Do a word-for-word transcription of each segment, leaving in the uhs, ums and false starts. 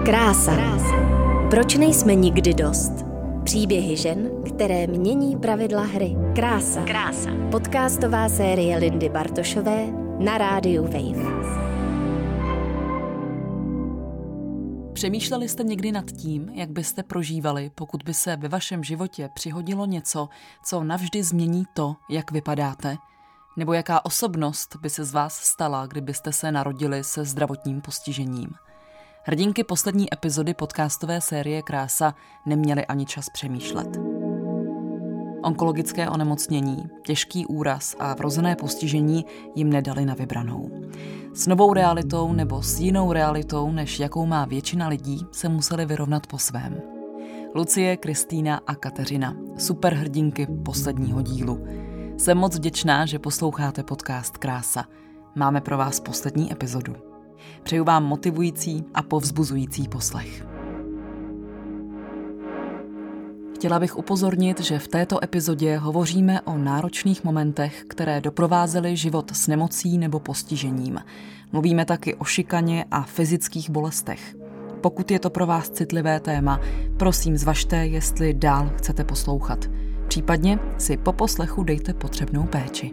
Krása. Proč nejsme nikdy dost? Příběhy žen, které mění pravidla hry. Krása. Krása. Podcastová série Lindy Bartošové na rádiu Wave. Přemýšleli jste někdy nad tím, jak byste prožívali, pokud by se ve vašem životě přihodilo něco, co navždy změní to, jak vypadáte? Nebo jaká osobnost by se z vás stala, kdybyste se narodili se zdravotním postižením? Hrdinky poslední epizody podcastové série Krása neměly ani čas přemýšlet. Onkologické onemocnění, těžký úraz a vrozené postižení jim nedali na vybranou. S novou realitou nebo s jinou realitou, než jakou má většina lidí, se museli vyrovnat po svém. Lucie, Kristýna a Kateřina, superhrdinky posledního dílu. Jsem moc vděčná, že posloucháte podcast Krása. Máme pro vás poslední epizodu. Přeju vám motivující a povzbuzující poslech. Chtěla bych upozornit, že v této epizodě hovoříme o náročných momentech, které doprovázely život s nemocí nebo postižením. Mluvíme taky o šikaně a fyzických bolestech. Pokud je to pro vás citlivé téma, prosím zvažte, jestli dál chcete poslouchat. Případně si po poslechu dejte potřebnou péči.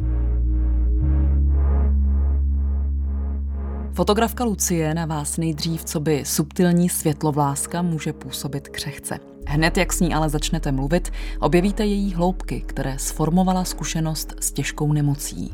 Fotografka Lucie na vás nejdřív coby subtilní světlovláska může působit křehce. Hned jak s ní ale začnete mluvit, objevíte její hloubky, které sformovala zkušenost s těžkou nemocí.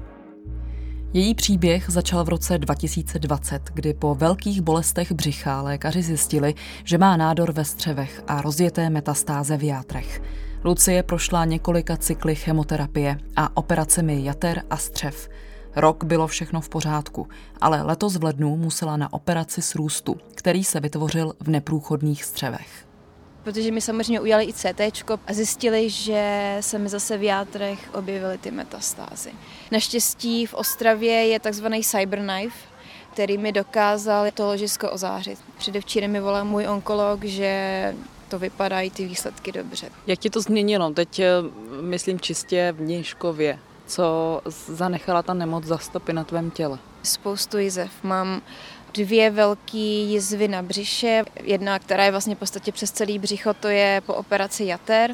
Její příběh začal v roce dva tisíce dvacet, kdy po velkých bolestech břicha lékaři zjistili, že má nádor ve střevech a rozjeté metastáze v játrech. Lucie prošla několika cykly chemoterapie a operacemi jater a střev. Rok bylo všechno v pořádku, ale letos v lednu musela na operaci srůstu, který se vytvořil v neprůchodných střevech. Protože mi samozřejmě udělali i cé téčko a zjistili, že se mi zase v játrech objevily ty metastázy. Naštěstí v Ostravě je takzvaný cyberknife, který mi dokázal to ložisko ozářit. Předevčírem mi volal můj onkolog, že to vypadají ty výsledky dobře. Jak ti to změnilo? Teď myslím čistě vnějškově. Co zanechala ta nemoc za stopy na tvém těle? Spoustu jizev. Mám dvě velké jizvy na břiše. Jedna, která je vlastně v podstatě přes celý břicho, to je po operaci jater.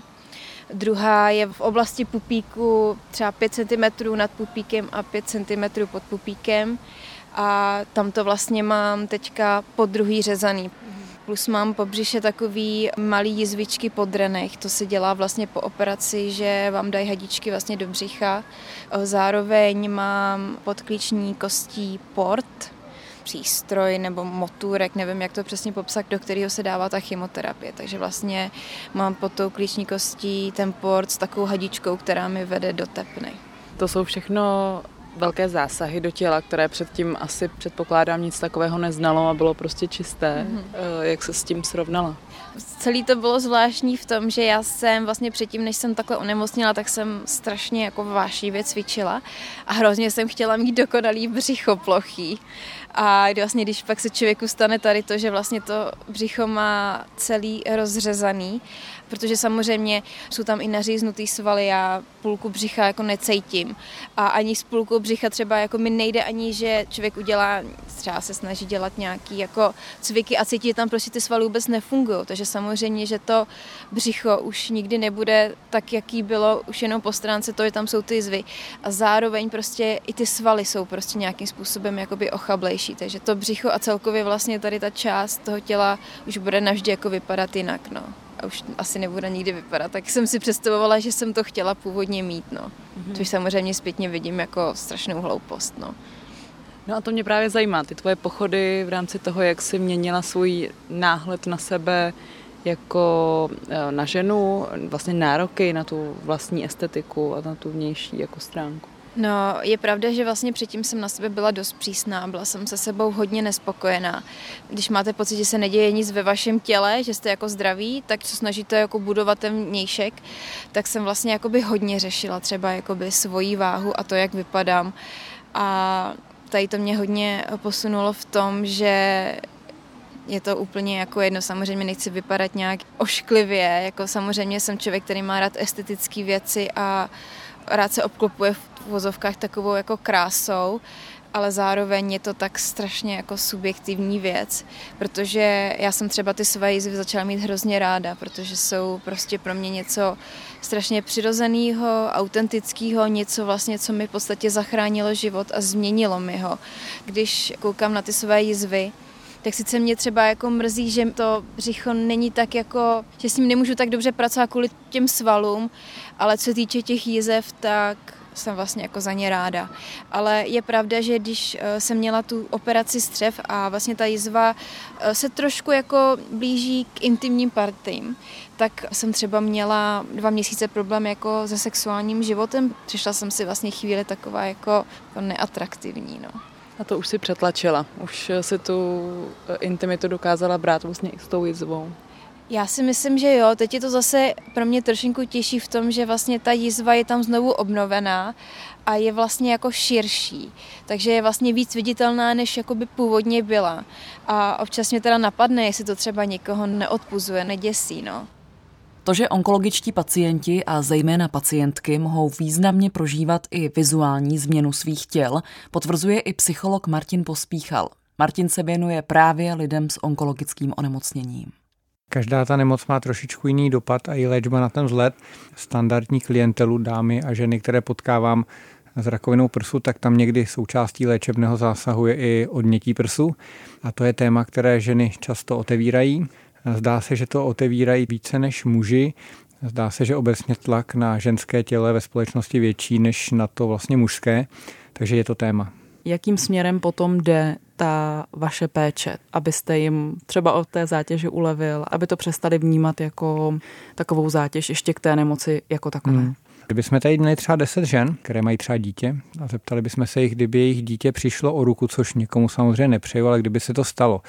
Druhá je v oblasti pupíku třeba pět centimetrů nad pupíkem a pět centimetrů pod pupíkem. A tam to vlastně mám teďka po druhý řezaný. Plus mám po břiše takový malý jizvičky pod drenech. To se dělá vlastně po operaci, že vám dají hadičky vlastně do břicha. Zároveň mám pod klíční kostí port, přístroj nebo motůrek, nevím, jak to přesně popsat, do kterého se dává ta chemoterapie. Takže vlastně mám pod tou klíční kostí ten port s takovou hadičkou, která mi vede do tepny. To jsou všechno velké zásahy do těla, které předtím asi předpokládám nic takového neznalo a bylo prostě čisté. Mm-hmm. Jak se s tím srovnala? Celý to bylo zvláštní v tom, že já jsem vlastně předtím, než jsem takhle onemocněla, tak jsem strašně jako vášivě cvičila a hrozně jsem chtěla mít dokonalý břicho plochý. A vlastně, když pak se člověku stane tady to, že vlastně to břicho má celý rozřezaný, protože samozřejmě jsou tam i naříznutý svaly, já půlku břicha jako necejtím. A ani z půlku břicha třeba jako mi nejde ani, že člověk udělá, třeba se snaží dělat nějaký jako cviky a cítí, že tam prostě ty svaly vůbec nefungují. Takže samozřejmě, že to břicho už nikdy nebude tak, jaký bylo už jenom po stránce to, že tam jsou ty jizvy. A zároveň prostě i ty svaly jsou prostě nějakým způsobem jakoby ochablejší. Takže to břicho a celkově vlastně tady ta část toho těla už bude navždy jako vypadat jinak, no. A už asi nebude nikdy vypadat. Tak jsem si představovala, že jsem to chtěla původně mít, no. Mm-hmm. Což samozřejmě zpětně vidím jako strašnou hloupost, no. No a to mě právě zajímá, ty tvoje pochody v rámci toho, jak jsi měnila svůj náhled na sebe jako na ženu, vlastně nároky na tu vlastní estetiku a na tu vnější jako stránku. No, je pravda, že vlastně předtím jsem na sebe byla dost přísná, byla jsem se sebou hodně nespokojená. Když máte pocit, že se neděje nic ve vašem těle, že jste jako zdraví, tak se snažíte jako budovat ten vnějšek, tak jsem vlastně jakoby hodně řešila třeba jakoby svoji váhu a to, jak vypadám. A tady to mě hodně posunulo v tom, že je to úplně jako jedno, samozřejmě nechci vypadat nějak ošklivě, jako samozřejmě jsem člověk, který má rád estetické věci a rád se obklopuje v vozovkách takovou jako krásou, ale zároveň je to tak strašně jako subjektivní věc, protože já jsem třeba ty své jizvy začala mít hrozně ráda, protože jsou prostě pro mě něco strašně přirozeného, autentického, něco vlastně, co mi v podstatě zachránilo život a změnilo mi ho. Když koukám na ty své jizvy, tak sice mě třeba jako mrzí, že to břicho není tak jako, že s ním nemůžu tak dobře pracovat kvůli těm svalům, ale co se týče těch jizev, tak jsem vlastně jako za ně ráda. Ale je pravda, že když jsem měla tu operaci střev a vlastně ta jizva se trošku jako blíží k intimním partím, tak jsem třeba měla dva měsíce problém jako se sexuálním životem. Přišla jsem si vlastně chvíli taková jako neatraktivní, no. A to už si přetlačila. Už si tu intimitu dokázala brát vlastně i s tou jizvou. Já si myslím, že jo. Teď je to zase pro mě trošinku těžší v tom, že vlastně ta jizva je tam znovu obnovená a je vlastně jako širší. Takže je vlastně víc viditelná, než jakoby původně byla. A občas mě teda napadne, jestli to třeba někoho neodpuzuje, neděsí, no. To, že onkologičtí pacienti a zejména pacientky mohou významně prožívat i vizuální změnu svých těl, potvrzuje i psycholog Martin Pospíchal. Martin se věnuje právě lidem s onkologickým onemocněním. Každá ta nemoc má trošičku jiný dopad a i léčba na ten vzhled. Standardní klientelu, dámy a ženy, které potkávám s rakovinou prsu, tak tam někdy součástí léčebného zásahu je i odnětí prsu. A to je téma, které ženy často otevírají. Zdá se, že to otevírají více než muži. Zdá se, že obecně tlak na ženské tělo je ve společnosti větší než na to vlastně mužské, takže je to téma. Jakým směrem potom jde ta vaše péče, abyste jim třeba od té zátěže ulevil, aby to přestali vnímat jako takovou zátěž ještě k té nemoci jako takové? Hmm. Kdybychom tady měli třeba deset žen, které mají třeba dítě a zeptali bychom se jich, kdyby jejich dítě přišlo o ruku, což někomu samozřejmě nepřeju, ale kdyby se to stalo,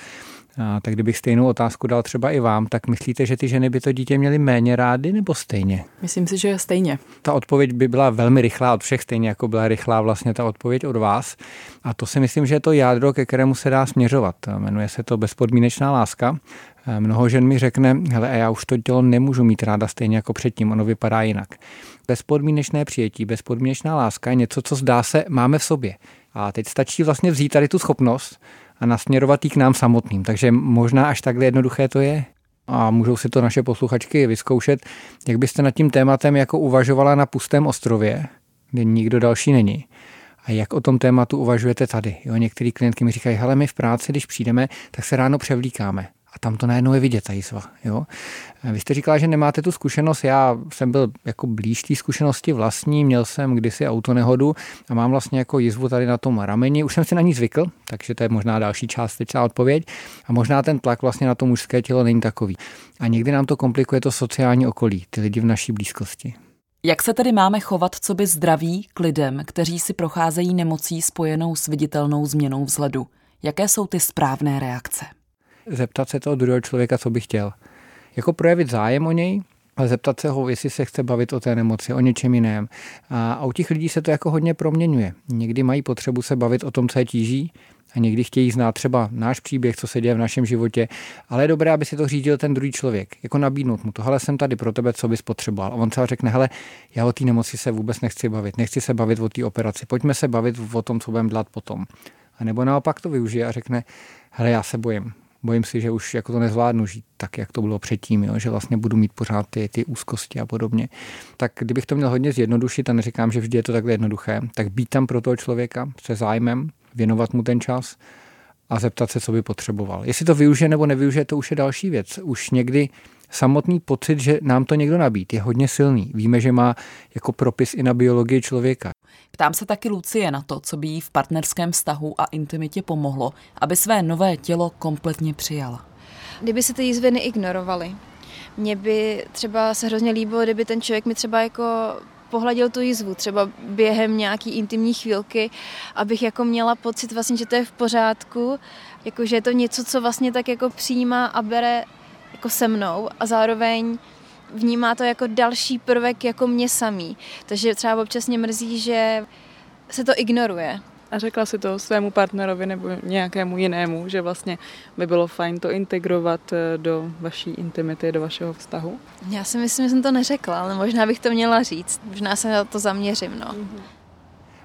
a tak kdybych stejnou otázku dal třeba i vám, tak myslíte, že ty ženy by to dítě měly méně rády nebo stejně? Myslím si, že stejně. Ta odpověď by byla velmi rychlá od všech, stejně jako byla rychlá vlastně ta odpověď od vás. A to si myslím, že je to jádro, ke kterému se dá směřovat. Jmenuje se to bezpodmínečná láska. Mnoho žen mi řekne, hele, a já už to tělo nemůžu mít ráda stejně jako předtím, ono vypadá jinak. Bezpodmínečné přijetí, bezpodmínečná láska je něco, co zdá se máme v sobě. A teď stačí vlastně vzít tady tu schopnost a nasměrovat ji k nám samotným. Takže možná až takhle jednoduché to je. A můžou si to naše posluchačky vyzkoušet. Jak byste nad tím tématem jako uvažovala na pustém ostrově, kde nikdo další není? A jak o tom tématu uvažujete tady? Jo, některý klientky mi říkají, hele, my v práci, když přijdeme, tak se ráno převlíkáme. A tam to najednou je vidět, ta jizva. Jo? Vy jste říkala, že nemáte tu zkušenost. Já jsem byl jako blíž té zkušenosti vlastní, měl jsem kdysi autonehodu a mám vlastně jako jizvu tady na tom rameni. Už jsem si na ní zvykl, takže to je možná další částečná odpověď. A možná ten tlak vlastně na to mužské tělo není takový. A někdy nám to komplikuje to sociální okolí, ty lidi v naší blízkosti. Jak se tedy máme chovat coby zdraví k lidem, kteří si procházejí nemocí spojenou s viditelnou změnou vzhledu? Jaké jsou ty správné reakce? Zeptat se toho druhého člověka, co by chtěl. Jako projevit zájem o něj, ale zeptat se ho, jestli se chce bavit o té nemoci, o něčem jiném. A u těch lidí se to jako hodně proměňuje. Někdy mají potřebu se bavit o tom, co je tíží, a někdy chtějí znát třeba náš příběh, co se děje v našem životě, ale je dobré, aby si to řídil ten druhý člověk. Jako nabídnout mu to, hele, jsem tady pro tebe, co bys potřeboval. A on třeba řekne, hele, já o té nemoci se vůbec nechci bavit, nechci se bavit o té operaci, pojďme se bavit o tom, co budeme dělat potom. A nebo naopak to využije a řekne, hele, já se bojím. Bojím si, že už jako to nezvládnu žít tak, jak to bylo předtím, jo? Že vlastně budu mít pořád ty, ty úzkosti a podobně. Tak kdybych to měl hodně zjednodušit, a neříkám, že vždy je to takhle jednoduché, tak být tam pro toho člověka se zájmem, věnovat mu ten čas a zeptat se, co by potřeboval. Jestli to využije nebo nevyužije, to už je další věc. Už někdy samotný pocit, že nám to někdo nabídl, je hodně silný. Víme, že má jako propis i na biologii člověka. Ptám se taky Lucie na to, co by jí v partnerském vztahu a intimitě pomohlo, aby své nové tělo kompletně přijala. Kdyby se ty jizvy neignorovaly. Mně by třeba se hrozně líbilo, kdyby ten člověk mi třeba jako pohladil tu jizvu, třeba během nějaký intimní chvílky, abych jako měla pocit vlastně, že to je v pořádku, jako že je to něco, co vlastně tak jako přijímá a bere jako se mnou a zároveň vnímá to jako další prvek jako mě samý. Takže třeba občas mě mrzí, že se to ignoruje. A řekla si to svému partnerovi nebo nějakému jinému, že vlastně by bylo fajn to integrovat do vaší intimity, do vašeho vztahu? Já si myslím, že jsem to neřekla, ale možná bych to měla říct. Možná se na to zaměřím, no.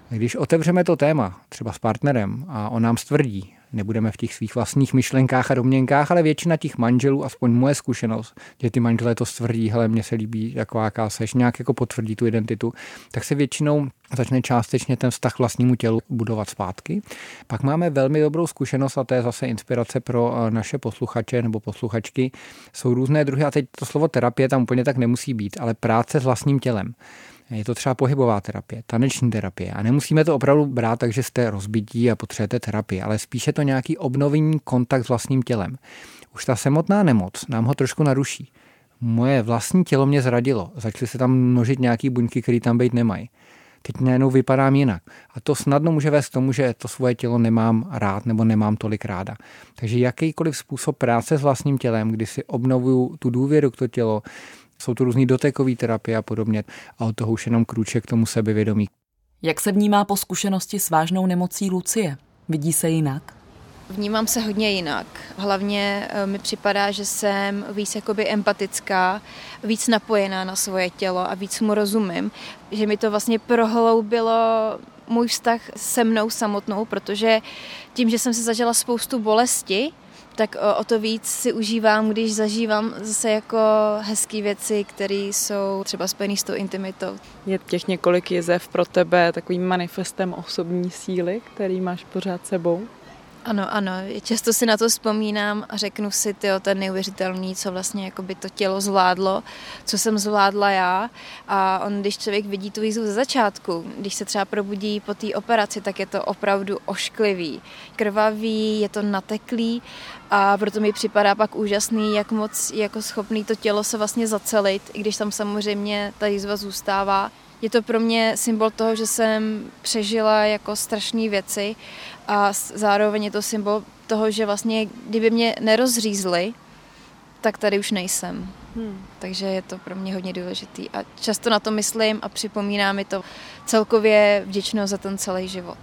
Když otevřeme to téma, třeba s partnerem, a on nám stvrdí, nebudeme v těch svých vlastních myšlenkách a domněnkách, ale většina těch manželů, aspoň moje zkušenost, že ty manželé to stvrdí, hele, mně se líbí, jaká jaká seš, nějak jako potvrdí tu identitu, tak se většinou začne částečně ten vztah vlastnímu tělu budovat zpátky. Pak máme velmi dobrou zkušenost, a to je zase inspirace pro naše posluchače nebo posluchačky. Jsou různé druhy, a teď to slovo terapie tam úplně tak nemusí být, ale práce s vlastním tělem. Je to třeba pohybová terapie, taneční terapie. A nemusíme to opravdu brát tak, že jste rozbití a potřebujete terapii, ale spíše to nějaký obnovený kontakt s vlastním tělem. Už ta samotná nemoc nám ho trošku naruší. Moje vlastní tělo mě zradilo. Začaly se tam množit nějaký buňky, které tam být nemají. Teď najednou vypadám jinak. A to snadno může vést k tomu, že to svoje tělo nemám rád nebo nemám tolik ráda. Takže jakýkoliv způsob práce s vlastním tělem, kdy si obnovuju tu důvěru k to tělo, jsou to různý dotekové terapie a podobně, a od toho už jenom krůček k tomu sebevědomí. Jak se vnímá po zkušenosti s vážnou nemocí Lucie? Vidí se jinak? Vnímám se hodně jinak. Hlavně mi připadá, že jsem víc jakoby empatická, víc napojená na svoje tělo a víc mu rozumím. Že mi to vlastně prohloubilo můj vztah se mnou samotnou, protože tím, že jsem si zažila spoustu bolesti, tak o to víc si užívám, když zažívám zase jako hezké věci, které jsou třeba spojené s tou intimitou. Je těch několik jezev pro tebe takovým manifestem osobní síly, který máš pořád sebou? Ano, ano, často si na to vzpomínám a řeknu si, tyjo, to je neuvěřitelný, co vlastně jakoby to tělo zvládlo, co jsem zvládla já. A on, když člověk vidí tu výzvu ze začátku, když se třeba probudí po té operaci, tak je to opravdu ošklivý, krvavý, je to nateklý a proto mi připadá pak úžasný, jak moc jako schopný to tělo se vlastně zacelit, i když tam samozřejmě ta jízva zůstává. Je to pro mě symbol toho, že jsem přežila jako strašné věci a zároveň je to symbol toho, že vlastně kdyby mě nerozřízli, tak tady už nejsem. Hmm. Takže je to pro mě hodně důležitý a často na to myslím a připomíná mi to celkově vděčnost za ten celý život.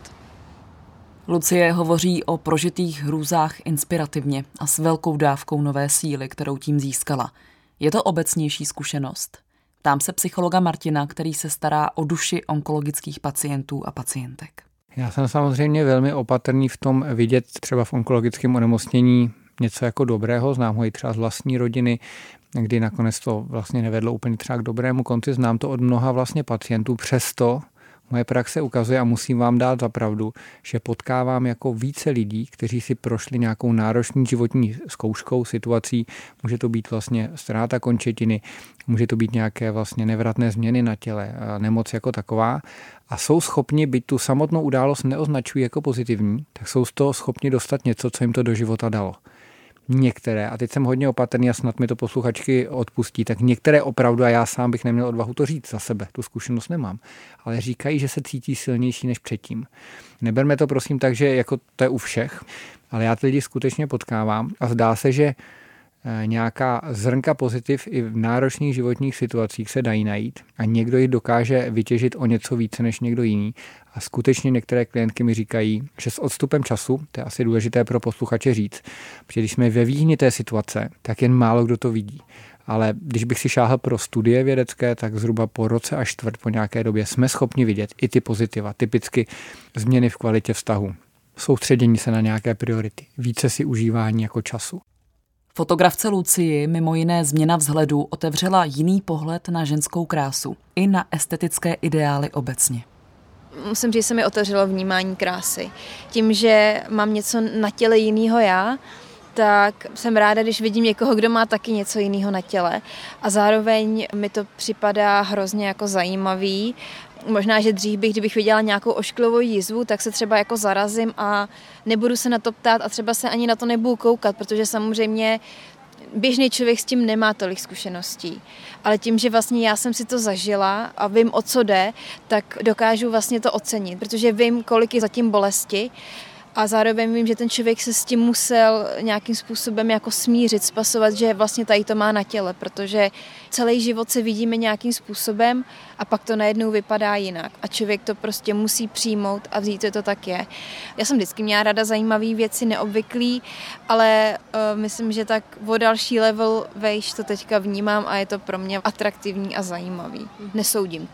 Lucie hovoří o prožitých hrůzách inspirativně a s velkou dávkou nové síly, kterou tím získala. Je to obecnější zkušenost? Ptám se psychologa Martina, který se stará o duši onkologických pacientů a pacientek. Já jsem samozřejmě velmi opatrný v tom vidět třeba v onkologickém onemocnění něco jako dobrého. Znám ho i třeba z vlastní rodiny, kdy nakonec to vlastně nevedlo úplně třeba k dobrému konci. Znám to od mnoha vlastně pacientů. Přesto moje praxe ukazuje, a musím vám dát za pravdu, že potkávám jako více lidí, kteří si prošli nějakou náročnou životní zkouškou, situací. Může to být vlastně ztráta končetiny, může to být nějaké vlastně nevratné změny na těle, nemoc jako taková. A jsou schopni, byť tu samotnou událost neoznačují jako pozitivní, tak jsou z toho schopni dostat něco, co jim to do života dalo. Některé, a teď jsem hodně opatrný a snad mi to posluchačky odpustí, tak některé opravdu, a já sám bych neměl odvahu to říct za sebe, tu zkušenost nemám, ale říkají, že se cítí silnější než předtím. Neberme to prosím tak, že jako to je u všech, ale já ty lidi skutečně potkávám a zdá se, že nějaká zrnka pozitiv i v náročných životních situacích se dají najít a někdo jich dokáže vytěžit o něco více než někdo jiný. A skutečně některé klientky mi říkají, že s odstupem času, to je asi důležité pro posluchače říct, protože když jsme ve výhni té situace, tak jen málo kdo to vidí. Ale když bych si šáhl pro studie vědecké, tak zhruba po roce až čtvrt po nějaké době jsme schopni vidět i ty pozitiva, typicky změny v kvalitě vztahu, soustředění se na nějaké priority, více si užívání jako času. Fotografce Lucii mimo jiné změna vzhledu otevřela jiný pohled na ženskou krásu i na estetické ideály obecně. Musím říct, že se mi otevřelo vnímání krásy. Tím, že mám něco na těle jinýho já, tak jsem ráda, když vidím někoho, kdo má taky něco jiného na těle. A zároveň mi to připadá hrozně jako zajímavý. Možná, že dřív bych, kdybych viděla nějakou ošklivou jízvu, tak se třeba jako zarazím a nebudu se na to ptát a třeba se ani na to nebudu koukat, protože samozřejmě běžný člověk s tím nemá tolik zkušeností. Ale tím, že vlastně já jsem si to zažila a vím, o co jde, tak dokážu vlastně to ocenit, protože vím, kolik je zatím bolesti a zároveň vím, že ten člověk se s tím musel nějakým způsobem jako smířit, spasovat, že vlastně tady to má na těle, protože celý život se vidíme nějakým způsobem a pak to najednou vypadá jinak a člověk to prostě musí přijmout a vzít, že to tak je. Já jsem vždycky měla ráda zajímavé věci, neobvyklý, ale uh, myslím, že tak o další level vejš to teďka vnímám a je to pro mě atraktivní a zajímavý. Nesoudím to.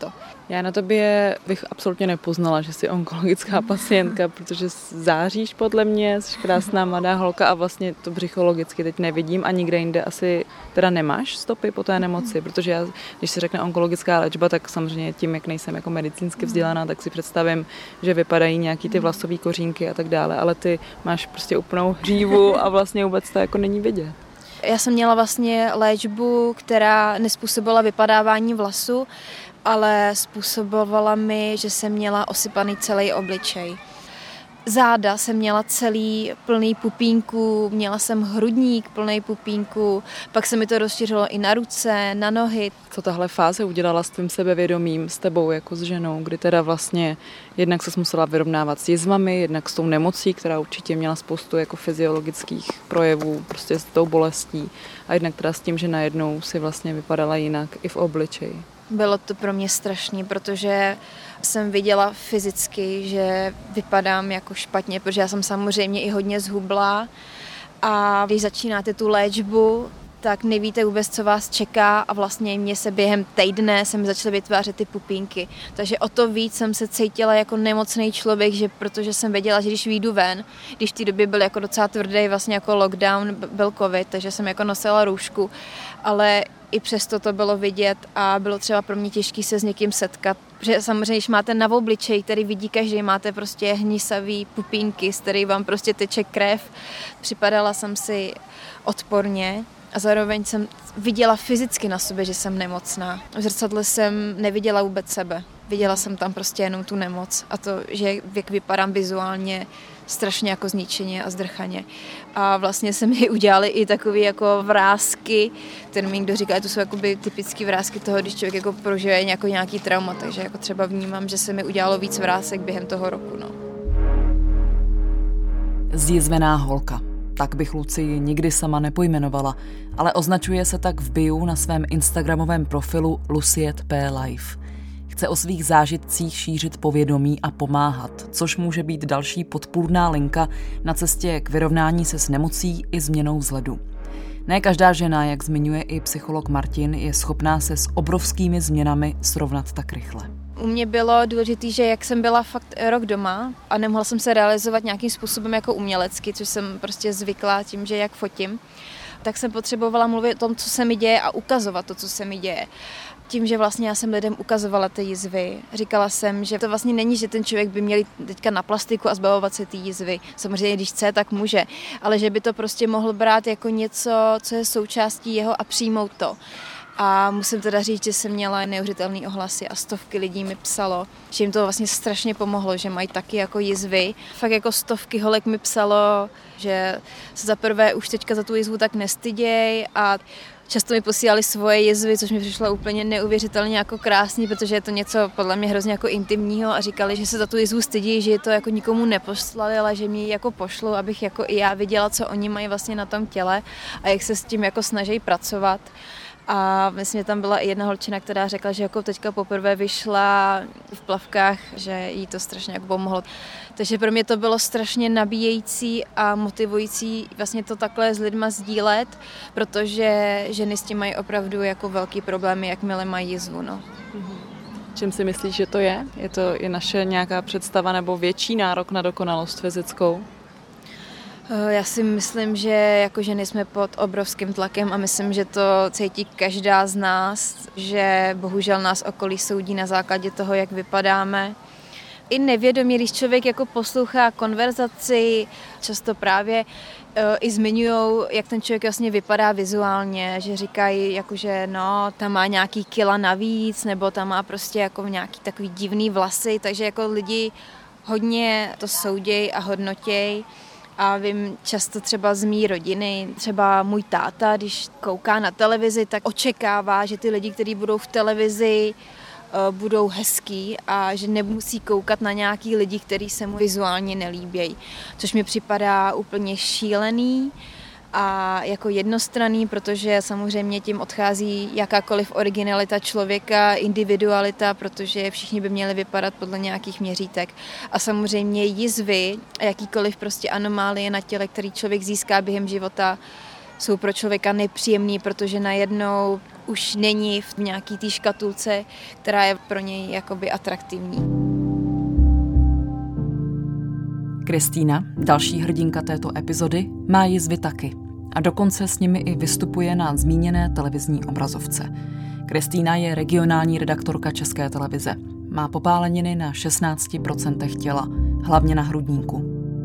Já na tobě bych absolutně nepoznala, že jsi onkologická pacientka, protože záříš podle mě, jsi krásná mladá holka a vlastně to břicho logicky teď nevidím a nikde jinde asi teda nemáš stopy po té nemoci, protože já, když se řekne onkologická léčba, tak samozřejmě tím, jak nejsem jako medicínsky vzdělaná, tak si představím, že vypadají nějaký ty vlasové kořínky a tak dále, ale ty máš prostě úplnou hřívu a vlastně vůbec to jako není vidět. Já jsem měla vlastně léčbu, která nespůsobila vypadávání vlasu, ale způsobovala mi, že jsem měla osypaný celý obličej. Záda jsem měla celý plný pupínků, měla jsem hrudník plný pupínků, pak se mi to rozšířilo i na ruce, na nohy. Co tahle fáze udělala s tvým sebevědomím, s tebou jako s ženou, kdy teda vlastně jednak ses musela vyrovnávat s jizvami, jednak s tou nemocí, která určitě měla spoustu jako fyziologických projevů, prostě s tou bolestí a jednak teda s tím, že najednou si vlastně vypadala jinak i v obličeji. Bylo to pro mě strašný, protože jsem viděla fyzicky, že vypadám jako špatně, protože já jsem samozřejmě i hodně zhubla a když začínáte tu léčbu, tak nevíte vůbec, co vás čeká a vlastně mě se během týdne se mi začaly vytvářet ty pupínky. Takže o to víc jsem se cítila jako nemocný člověk, že protože jsem věděla, že když vyjdu ven, když v té době byl jako docela tvrdý vlastně jako lockdown, byl covid, takže jsem jako nosila růžku, ale i přesto to bylo vidět a bylo třeba pro mě těžké se s někým setkat. Protože samozřejmě, když máte na obličeji, který vidí každý, máte prostě hnisavý pupínky, z kterých vám prostě teče krev. Připadala jsem si odporně a zároveň jsem viděla fyzicky na sobě, že jsem nemocná. V zrcadle jsem neviděla vůbec sebe. Viděla jsem tam prostě jenom tu nemoc a to, že jak vypadám vizuálně strašně jako zničeně a zdrchaně. A vlastně se mi udělaly i takové jako vrásky, ten mi někdo říká, to jsou jakoby typické vrásky toho, když člověk jako prožije nějaký, nějaký trauma, takže jako třeba vnímám, že se mi udělalo víc vrásek během toho roku. No. Zjizvená holka. Tak bych Lucii nikdy sama nepojmenovala, ale označuje se tak v bio na svém instagramovém profilu Luciet P. Life. Chce o svých zážitcích šířit povědomí a pomáhat, což může být další podpůrná linka na cestě k vyrovnání se s nemocí i změnou vzhledu. Ne každá žena, jak zmiňuje i psycholog Martin, je schopná se s obrovskými změnami srovnat tak rychle. U mě bylo důležité, že jak jsem byla fakt rok doma a nemohla jsem se realizovat nějakým způsobem jako umělecky, což jsem prostě zvyklá tím, že jak fotím, tak jsem potřebovala mluvit o tom, co se mi děje a ukazovat to, co se mi děje. Tím, že vlastně já jsem lidem ukazovala ty jizvy. Říkala jsem, že to vlastně není, že ten člověk by měl teďka na plastiku a zbavovat se ty jizvy. Samozřejmě, když chce, tak může. Ale že by to prostě mohl brát jako něco, co je součástí jeho a přijmout to. A musím teda říct, že jsem měla neuvěřitelné ohlasy a stovky lidí mi psalo, že jim to vlastně strašně pomohlo, že mají taky jako jizvy. Fakt jako stovky holek mi psalo, že se za prvé už teďka za tu jizvu tak nestyděj a často mi posílali svoje jizvy, což mi přišlo úplně neuvěřitelně jako krásný, protože je to něco podle mě hrozně jako intimního a říkali, že se za tu jizvu stydí, že to jako nikomu neposlali, ale že mi ji jako pošlu, abych jako i já viděla, co oni mají vlastně na tom těle a jak se s tím jako snaží pracovat. A myslím, že tam byla i jedna holčina, která řekla, že jako teďka poprvé vyšla v plavkách, že jí to strašně jako pomohlo. Takže pro mě to bylo strašně nabíjející a motivující vlastně to takhle s lidma sdílet, protože ženy s tím mají opravdu jako velký problémy, jakmile mají jizvu. No. Čím si myslíš, že to je? Je to i naše nějaká představa nebo větší nárok na dokonalost fyzickou? Já si myslím, že jako ženy jsme pod obrovským tlakem a myslím, že to cítí každá z nás, že bohužel nás okolí soudí na základě toho, jak vypadáme. I nevědomě, když člověk jako poslouchá konverzaci, často právě e, i zmiňujou, jak ten člověk vlastně vypadá vizuálně, že říkají, jakože no, tam má nějaký kila navíc, nebo tam má prostě jako nějaký takový divný vlasy, takže jako lidi hodně to soudějí a hodnotějí. A vím často třeba z mý rodiny, třeba můj táta, když kouká na televizi, tak očekává, že ty lidi, kteří budou v televizi, budou hezký a že nemusí koukat na nějaký lidi, kteří se mu vizuálně nelíbějí. Což mi připadá úplně šílený a jako jednostranný, protože samozřejmě tím odchází jakákoliv originalita člověka, individualita, protože všichni by měli vypadat podle nějakých měřítek. A samozřejmě jizvy a jakýkoliv prostě anomálie na těle, který člověk získá během života, jsou pro člověka nepříjemný, protože najednou už není v nějaký té škatulce, která je pro něj jakoby atraktivní. Kristýna, další hrdinka této epizody, má jizvy taky a dokonce s nimi i vystupuje na zmíněné televizní obrazovce. Kristýna je regionální redaktorka České televize. Má popáleniny na šestnáct procent těla, hlavně na hrudníku.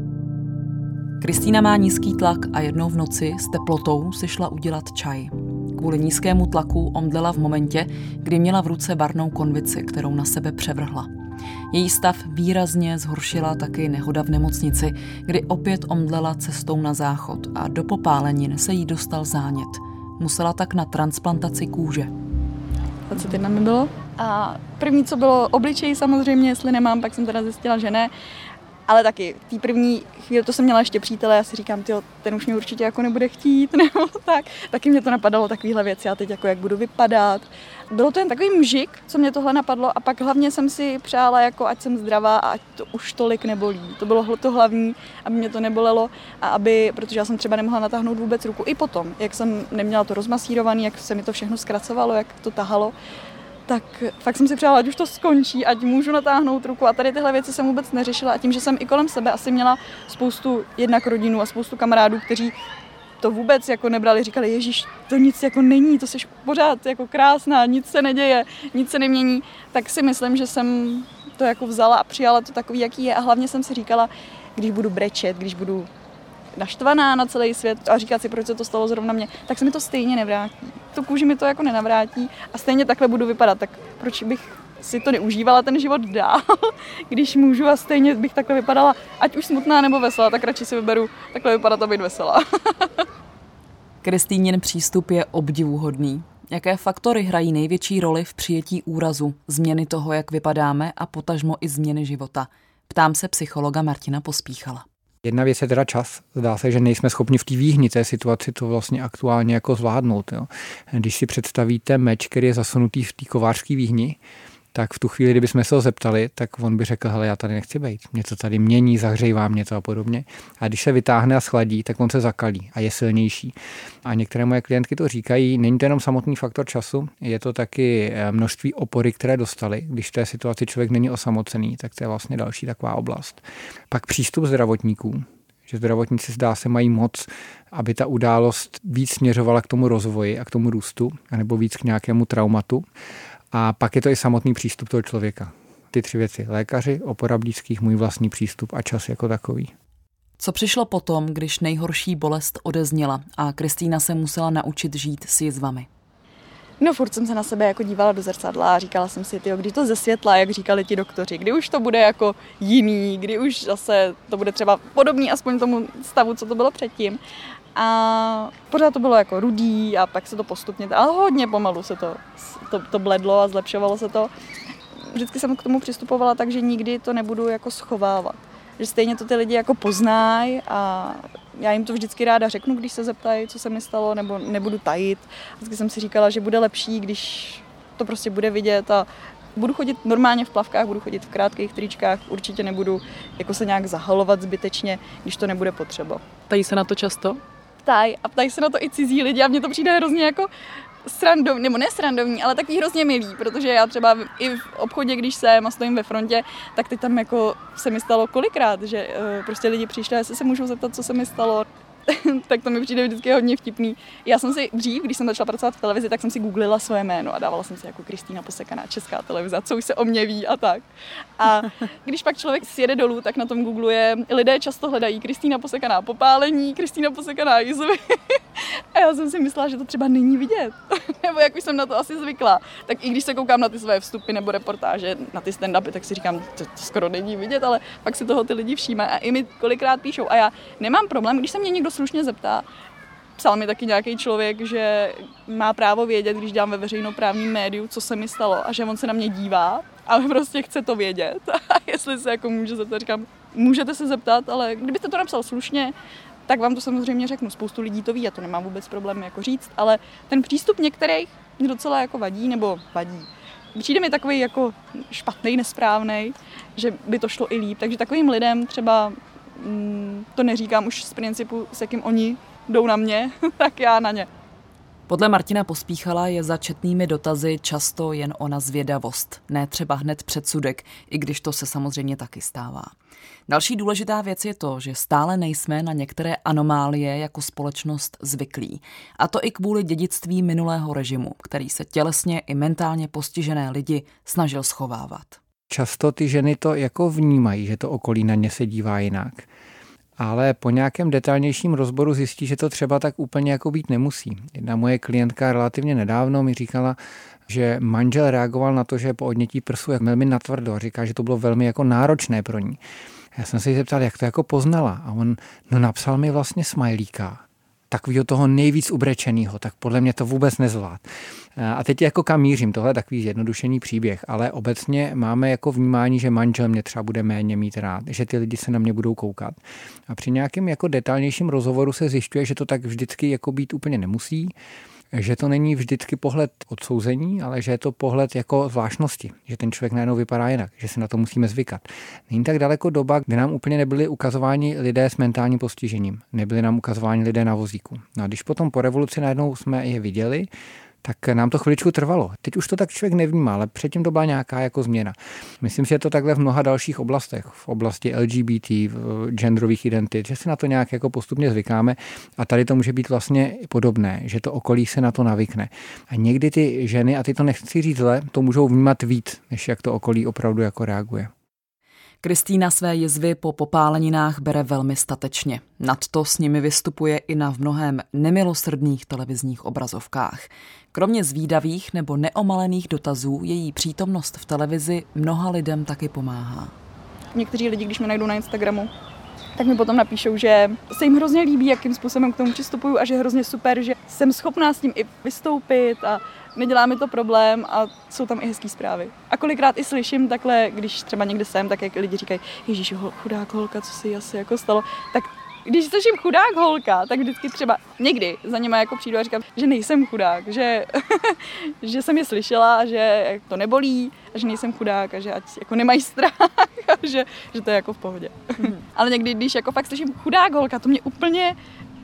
Kristýna má nízký tlak a jednou v noci s teplotou si šla udělat čaj. Kvůli nízkému tlaku omdlela v momentě, kdy měla v ruce barvnou konvici, kterou na sebe převrhla. Její stav výrazně zhoršila taky nehoda v nemocnici, kdy opět omdlela cestou na záchod a do popálenin se jí dostal zánět. Musela tak na transplantaci kůže. dvacet jedna mi bylo a první, co bylo obličej samozřejmě, jestli nemám, pak jsem teda zjistila, že ne. Ale taky v té první chvíli, to jsem měla ještě přítele, já si říkám, tyjo, ten už mě určitě jako nebude chtít, nebo tak. Taky mě to napadalo, takovýhle věci, já teď jako jak budu vypadat. Bylo to jen takový mžik, co mě tohle napadlo a pak hlavně jsem si přála, jako ať jsem zdravá a ať to už tolik nebolí. To bylo to hlavní, aby mě to nebolelo a aby, protože já jsem třeba nemohla natáhnout vůbec ruku i potom, jak jsem neměla to rozmasírovaný, jak se mi to všechno zkracovalo, jak to tahalo. Tak fakt jsem si přála, ať už to skončí, ať můžu natáhnout ruku a tady tyhle věci jsem vůbec neřešila a tím, že jsem i kolem sebe asi měla spoustu jednak rodinu a spoustu kamarádů, kteří to vůbec jako nebrali, říkali, ježíš, to nic jako není, to jsi pořád jako krásná, nic se neděje, nic se nemění, tak si myslím, že jsem to jako vzala a přijala to takový, jaký je a hlavně jsem si říkala, když budu brečet, když budu naštvaná na celý svět a říkat si, proč se to stalo zrovna mě, tak se mi to stejně nevrátí. Tu kůži mi to jako nenavrátí a stejně takhle budu vypadat, tak proč bych si to neužívala ten život dál, když můžu a stejně bych takhle vypadala, ať už smutná nebo veselá, tak radši si vyberu takhle vypadat a být veselá. Kristýnin přístup je obdivuhodný. Jaké faktory hrají největší roli v přijetí úrazu, změny toho, jak vypadáme a potažmo i změny života? Ptám se psychologa Martina Pospíchala. Jedna věc je teda čas. Zdá se, že nejsme schopni v té výhnité situaci to vlastně aktuálně jako zvládnout. Jo. Když si představíte meč, který je zasunutý v té kovářské výhni, tak v tu chvíli, kdybychom se ho zeptali, tak on by řekl, hele, já tady nechci být, mě to tady mění, zahřejvá mě to a podobně. A když se vytáhne a schladí, tak on se zakalí a je silnější. A některé moje klientky to říkají, není to jenom samotný faktor času, je to taky množství opory, které dostali. Když v té situaci člověk není osamocený, tak to je vlastně další taková oblast. Pak přístup zdravotníků, že zdravotníci zdá se mají moc, aby ta událost víc směřovala k tomu rozvoji a k tomu růstu, anebo víc k nějakému traumatu. A pak je to i samotný přístup toho člověka. Ty tři věci. Lékaři, opora blízkých, můj vlastní přístup a čas jako takový. Co přišlo potom, když nejhorší bolest odezněla a Kristýna se musela naučit žít s jizvami? No furt jsem se na sebe jako dívala do zrcadla a říkala jsem si, tyjo, kdy to zesvětlá, jak říkali ti doktoři, kdy už to bude jako jiný, kdy už zase to bude třeba podobný aspoň tomu stavu, co to bylo předtím. A pořád to bylo jako rudý a pak se to postupně, ale hodně pomalu se to, to, to bledlo a zlepšovalo se to. Vždycky jsem k tomu přistupovala tak, že nikdy to nebudu jako schovávat. Že stejně to ty lidi jako poznají a já jim to vždycky ráda řeknu, když se zeptají, co se mi stalo, nebo nebudu tajit. Vždycky jsem si říkala, že bude lepší, když to prostě bude vidět a budu chodit normálně v plavkách, budu chodit v krátkých tričkách, určitě nebudu jako se nějak zahalovat zbytečně, když to nebude potřeba. Ptají se na to často? Ptají a ptají se na to i cizí lidi a mně to přijde hrozně jako srandovní, nebo ne srandovní, ale taky hrozně milý, protože já třeba i v obchodě, když jsem a stojím ve frontě, tak teď tam jako se mi stalo kolikrát, že uh, prostě lidi přišli a jestli se můžou zeptat, co se mi stalo. Tak to mi přijde vždycky hodně vtipný. Já jsem si dřív, když jsem začala pracovat v televizi, tak jsem si googlila svoje jméno a dávala jsem si jako Kristýna Posekaná, Česká televize, co už se o mě ví a tak. A když pak člověk sjede dolů, tak na tom googluje, lidé často hledají Kristýna Posekaná popálení, Kristýna Posekaná jizvy. A já jsem si myslela, že to třeba není vidět. Nebo jak už jsem na to asi zvykla. Tak i když se koukám na ty své vstupy nebo reportáže, na ty stand-upy, tak si říkám, to, to skoro není vidět, ale pak si toho ty lidi všímají a i mi kolikrát píšou. A já nemám problém, když se mě někdo slušně zeptá. Psal mi taky nějaký člověk, že má právo vědět, když dělám ve veřejnoprávním médiu, co se mi stalo a že on se na mě dívá, ale prostě chce to vědět. A jestli se jako může zeptat, říkám, můžete se zeptat, ale kdybyste to napsal slušně, tak vám to samozřejmě řeknu. Spoustu lidí to ví, já to nemám vůbec problém jako říct, ale ten přístup některých mě docela jako vadí, nebo vadí. Přijde mi takový jako špatný, nesprávnej, že by to šlo i líp, takže takovým lidem třeba mm, to neříkám už z principu, s jakým oni jdou na mě, tak já na ně. Podle Martina Pospíchala je za četnými dotazy často jen ona zvědavost, ne třeba hned předsudek, i když to se samozřejmě taky stává. Další důležitá věc je to, že stále nejsme na některé anomálie jako společnost zvyklí. A to i kvůli dědictví minulého režimu, který se tělesně i mentálně postižené lidi snažil schovávat. Často ty ženy to jako vnímají, že to okolí na ně se dívá jinak. Ale po nějakém detailnějším rozboru zjistí, že to třeba tak úplně jako být nemusí. Jedna moje klientka relativně nedávno mi říkala, že manžel reagoval na to, že po odnětí prsu je velmi natvrdo. Říká, že to bylo velmi jako náročné pro ní. Já jsem se jí zeptal, jak to jako poznala. A on no, napsal mi vlastně smajlíka. Takovýho toho nejvíc ubrečenýho, tak podle mě to vůbec nezvlád. A teď jako kam mířím, tohle je takový zjednodušený příběh, ale obecně máme jako vnímání, že manžel mě třeba bude méně mít rád, že ty lidi se na mě budou koukat. A při nějakém jako detailnějším rozhovoru se zjišťuje, že to tak vždycky jako být úplně nemusí, že to není vždycky pohled odsouzení, ale že je to pohled jako zvláštnosti, že ten člověk najednou vypadá jinak, že se na to musíme zvykat. Není tak daleko doba, kdy nám úplně nebyli ukazováni lidé s mentálním postižením, nebyli nám ukazováni lidé na vozíku. No a když potom po revoluci najednou jsme je viděli, tak nám to chviličku trvalo. Teď už to tak člověk nevnímá, ale předtím to byla nějaká jako změna. Myslím, že je to takhle v mnoha dalších oblastech, v oblasti L G B T, genderových identit, že si na to nějak jako postupně zvykáme a tady to může být vlastně podobné, že to okolí se na to navykne. A někdy ty ženy, a ty to nechci říct zle, to můžou vnímat víc, než jak to okolí opravdu jako reaguje. Kristýna své jizvy po popáleninách bere velmi statečně. Nadto s nimi vystupuje i na v mnohém nemilosrdných televizních obrazovkách. Kromě zvídavých nebo neomalených dotazů její přítomnost v televizi mnoha lidem taky pomáhá. Někteří lidi, když mě najdou na Instagramu, tak mi potom napíšou, že se jim hrozně líbí, jakým způsobem k tomu přistupuju a že je hrozně super, že jsem schopná s tím i vystoupit a nedělá mi to problém a jsou tam i hezký zprávy. A kolikrát i slyším takhle, když třeba někde jsem, tak jak lidi říkají, ježíš, chudák holka, co si asi jako stalo, tak když slyším chudák holka, tak vždycky třeba někdy za něma jako přijdu a říkám, že nejsem chudák, že, že jsem je slyšela, že to nebolí a že nejsem chudák a že ať jako nemají strach a že, že to je jako v pohodě. Mm. Ale někdy, když jako fakt slyším chudák holka, to mě úplně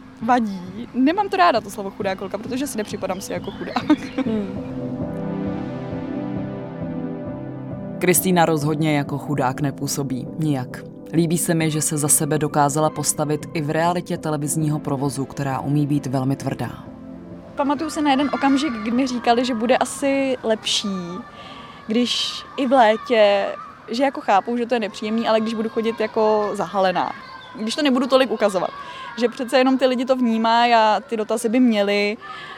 vadí. Nemám to ráda, to slovo chudák holka, protože si nepřipadám si jako chudák. Mm. Kristýna rozhodně jako chudák nepůsobí nijak. Líbí se mi, že se za sebe dokázala postavit i v realitě televizního provozu, která umí být velmi tvrdá. Pamatuju se na jeden okamžik, kdy mi říkali, že bude asi lepší, když i v létě, že jako chápou, že to je nepříjemný, ale když budu chodit jako zahalená. Když to nebudu tolik ukazovat. Že přece jenom ty lidi to vnímají a ty dotazy by měli,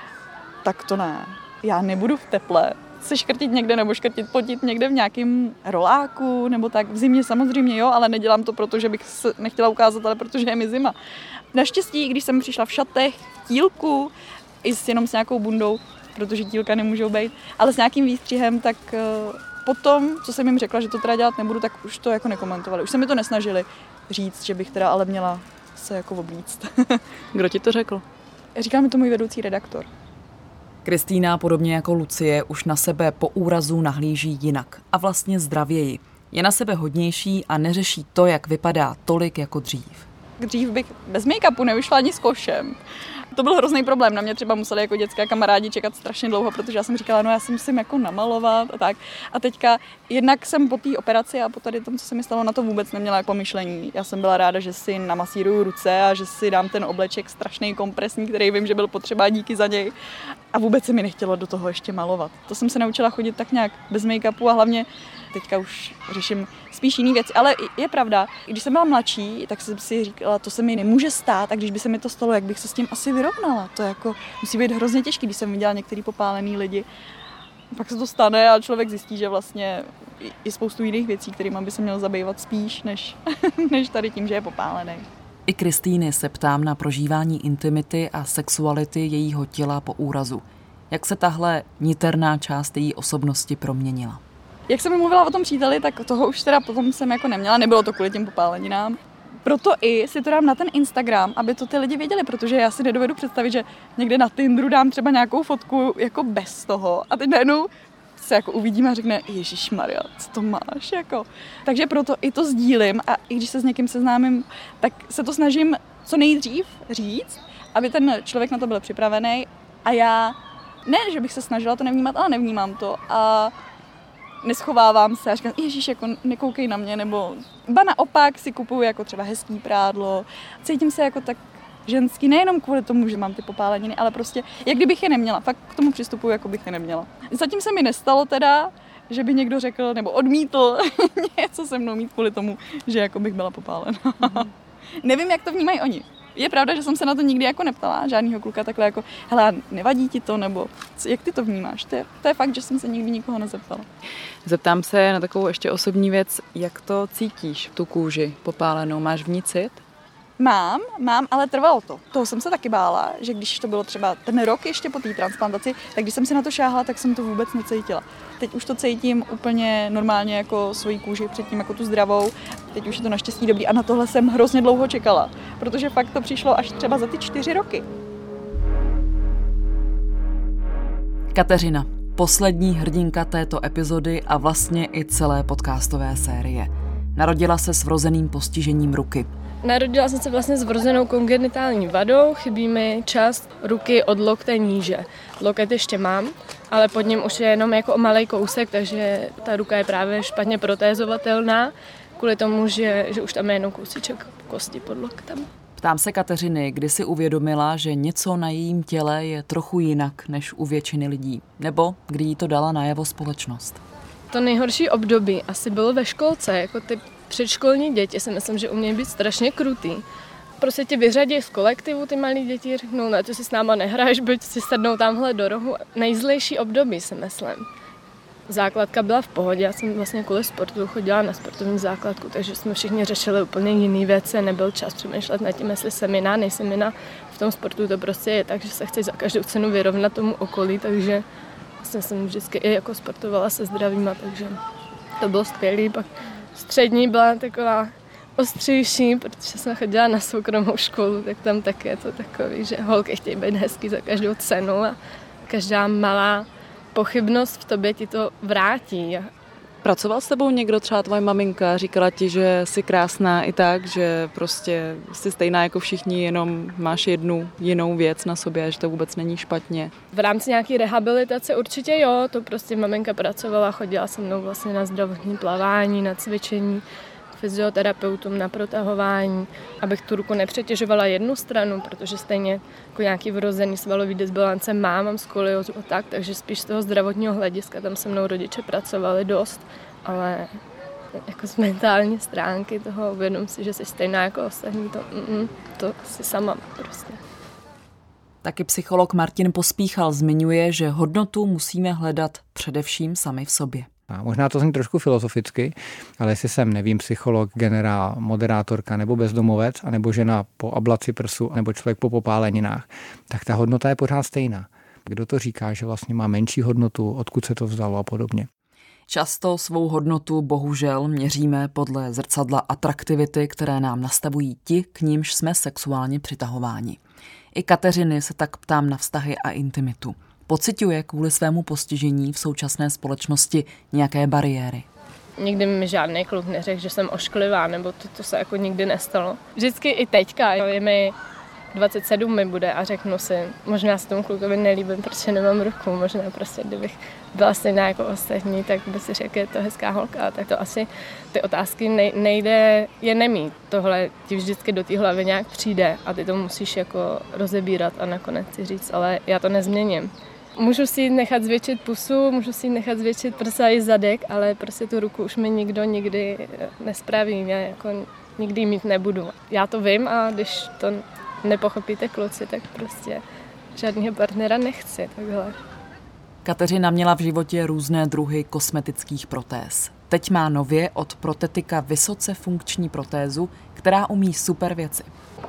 tak to ne. Já nebudu v teple se škrtit někde nebo škrtit potit někde v nějakém roláku nebo tak. V zimě samozřejmě jo, ale nedělám to, protože bych se nechtěla ukázat, ale protože je mi zima. Naštěstí, když jsem přišla v šatech, v tílku, i s, jenom s nějakou bundou, protože tílka nemůžou být, ale s nějakým výstřihem, tak uh, potom, co jsem jim řekla, že to teda dělat nebudu, tak už to jako nekomentovali. Už se mi to nesnažili říct, že bych teda ale měla se jako oblíct. Kdo ti to řekl? Říkal mi to můj vedoucí redaktor. Kristýna, podobně jako Lucie, už na sebe po úrazu nahlíží jinak a vlastně zdravěji. Je na sebe hodnější a neřeší to, jak vypadá, tolik jako dřív. Dřív bych bez make-upu nevyšla ani s košem. To byl hrozný problém. Na mě třeba museli jako dětská kamarádi čekat strašně dlouho, protože já jsem říkala, no já si musím jako namalovat a tak. A teďka jednak jsem po té operaci a po tady tom, co se mi stalo, na to vůbec neměla jako myšlení. Já jsem byla ráda, že si namasíruju ruce a že si dám ten obleček strašný kompresní, který vím, že byl potřeba, díky za něj. A vůbec se mi nechtělo do toho ještě malovat. To jsem se naučila chodit tak nějak bez make-upu a hlavně teďka už řeším spíš jiný věci. Ale je pravda, když jsem byla mladší, tak jsem si říkala, to se mi nemůže stát a když by se mi to stalo, jak bych se s tím asi vyrovnala. To jako musí být hrozně těžký, když jsem viděla některý popálený lidi. Pak se to stane a člověk zjistí, že vlastně je spoustu jiných věcí, kterými by se měl zabývat spíš, než, než tady tím, že je popálený. I Kristýny se ptám na prožívání intimity a sexuality jejího těla po úrazu. Jak se tahle niterná část její osobnosti proměnila? Jak jsem mluvila o tom příteli, tak toho už teda potom jsem jako neměla, nebylo to kvůli těm popáleninám. Proto i si to dám na ten Instagram, aby to ty lidi věděli, protože já si nedovedu představit, že někde na Tinderu dám třeba nějakou fotku jako bez toho a teď najednou se jako uvidíme a řekne, ježišmarja, co to máš, jako. Takže proto i to sdílím a i když se s někým seznámím, tak se to snažím co nejdřív říct, aby ten člověk na to byl připravený A já, ne, že bych se snažila to nevnímat, ale nevnímám to a neschovávám se a říkám, ježíš, jako nekoukej na mě, nebo ba naopak si kupuju jako třeba hezký prádlo. Cítím se jako tak ženský, nejenom kvůli tomu, že mám ty popáleniny, ale prostě, jak kdybych je neměla. Fakt k tomu přistupuju, jako bych je neměla. Zatím se mi nestalo teda, že by někdo řekl nebo odmítl něco se mnou mít kvůli tomu, že jako bych byla popálena. Mm-hmm. Nevím, jak to vnímají oni. Je pravda, že jsem se na to nikdy jako neptala, žádnýho kluka takhle jako, hele, nevadí ti to, nebo jak ty to vnímáš? To je, to je fakt, že jsem se nikdy nikoho nezeptala. Zeptám se na takovou ještě osobní věc, jak to cítíš, tu kůži popálenou, máš v ní cit? Mám, mám, ale trvalo to. Toho jsem se taky bála, že když to bylo třeba ten rok ještě po té transplantaci, tak když jsem si na to šáhla, tak jsem to vůbec necítila. Teď už to cítím úplně normálně jako svoji kůži, předtím jako tu zdravou. Teď už je to naštěstí dobrý a na tohle jsem hrozně dlouho čekala, protože fakt to přišlo až třeba za ty čtyři roky. Kateřina, poslední hrdinka této epizody a vlastně i celé podcastové série. Narodila se s vrozeným postižením ruky. Narodila jsem se vlastně s vrozenou kongenitální vadou, chybí mi část ruky od lokte níže. Loket ještě mám, ale pod ním už je jenom jako malej kousek, takže ta ruka je právě špatně protézovatelná, kvůli tomu, že, že už tam je jenom kousíček kosti pod loktem. Ptám se Kateřiny, kdy si uvědomila, že něco na jejím těle je trochu jinak než u většiny lidí, nebo kdy jí to dala najevo společnost. To nejhorší období asi bylo ve školce, jako ty předškolní děti si myslím, že umějí být strašně krutý. Prostě tě vyřadí z kolektivu ty malí děti, řeknou, ne, ty si s náma nehraješ, byť si sednou tamhle do rohu. Nejzlejší období si myslím. Základka byla v pohodě, já jsem vlastně kvůli sportu chodila na sportovní základku, takže jsme všichni řešili úplně jiné věci, nebyl čas přemýšlet nad tím, jestli semina, nejsemina. V tom sportu to prostě je tak, že se chci za každou cenu vyrovnat tomu okolí, takže vlastně jsem vždycky i jako sportovala se zdravýma, takže to bylo skvělé. Pak střední byla taková ostřejší, protože jsem chodila na soukromou školu, tak tam taky je to takový, že holky chtějí být hezký za každou cenu a každá malá pochybnost v tobě ti to vrátí. Pracoval s tebou někdo, třeba tvoje maminka, říkala ti, že jsi krásná i tak, že prostě jsi stejná jako všichni, jenom máš jednu jinou věc na sobě, že to vůbec není špatně? V rámci nějaké rehabilitace určitě jo, to prostě maminka pracovala, chodila se mnou vlastně na zdravotní plavání, na cvičení, fyzioterapeutům na protahování, abych tu ruku nepřetěžovala jednu stranu, protože stejně jako nějaký vrozený svalový disbalance mám, mám skoliózu a tak, takže spíš z toho zdravotního hlediska tam se mnou rodiče pracovali dost, ale jako z mentální stránky toho uvědom si, že jsi stejná jako ostatní, to, mm, to si sama prostě. Taky psycholog Martin Pospíchal zmiňuje, že hodnotu musíme hledat především sami v sobě. A možná to zní trošku filozoficky, ale jestli jsem, nevím, psycholog, generál, moderátorka nebo bezdomovec, anebo žena po ablaci prsu, nebo člověk po popáleninách, tak ta hodnota je pořád stejná. Kdo to říká, že vlastně má menší hodnotu, odkud se to vzalo a podobně. Často svou hodnotu bohužel měříme podle zrcadla atraktivity, které nám nastavují ti, k nímž jsme sexuálně přitahováni. I Kateřiny se tak ptám na vztahy a intimitu. Pociťuje kvůli svému postižení v současné společnosti nějaké bariéry? Nikdy mi žádný kluk neřekl, že jsem ošklivá, nebo to, to se jako nikdy nestalo. Vždycky i teďka, je mi dvacet sedm mi bude a řeknu si, možná se tomu klukovi nelíbím, protože nemám ruku, možná prostě, kdybych byla stejná jako ostatní, tak by si řekl, je to hezká holka, tak to asi ty otázky nejde je nemít. Tohle ti vždycky do té hlavy nějak přijde a ty to musíš jako rozebírat a nakonec si říct, ale já to nezměním. Můžu si jít nechat zvětšit pusu, můžu si jít nechat zvětšit prsa i zadek, ale prostě tu ruku už mi nikdo nikdy nespraví, já jako nikdy mít nebudu. Já to vím a když to nepochopíte kluci, tak prostě žádného partnera nechci takhle. Kateřina měla v životě různé druhy kosmetických protéz. Teď má nově od Protetika vysoce funkční protézu, která umí super věci.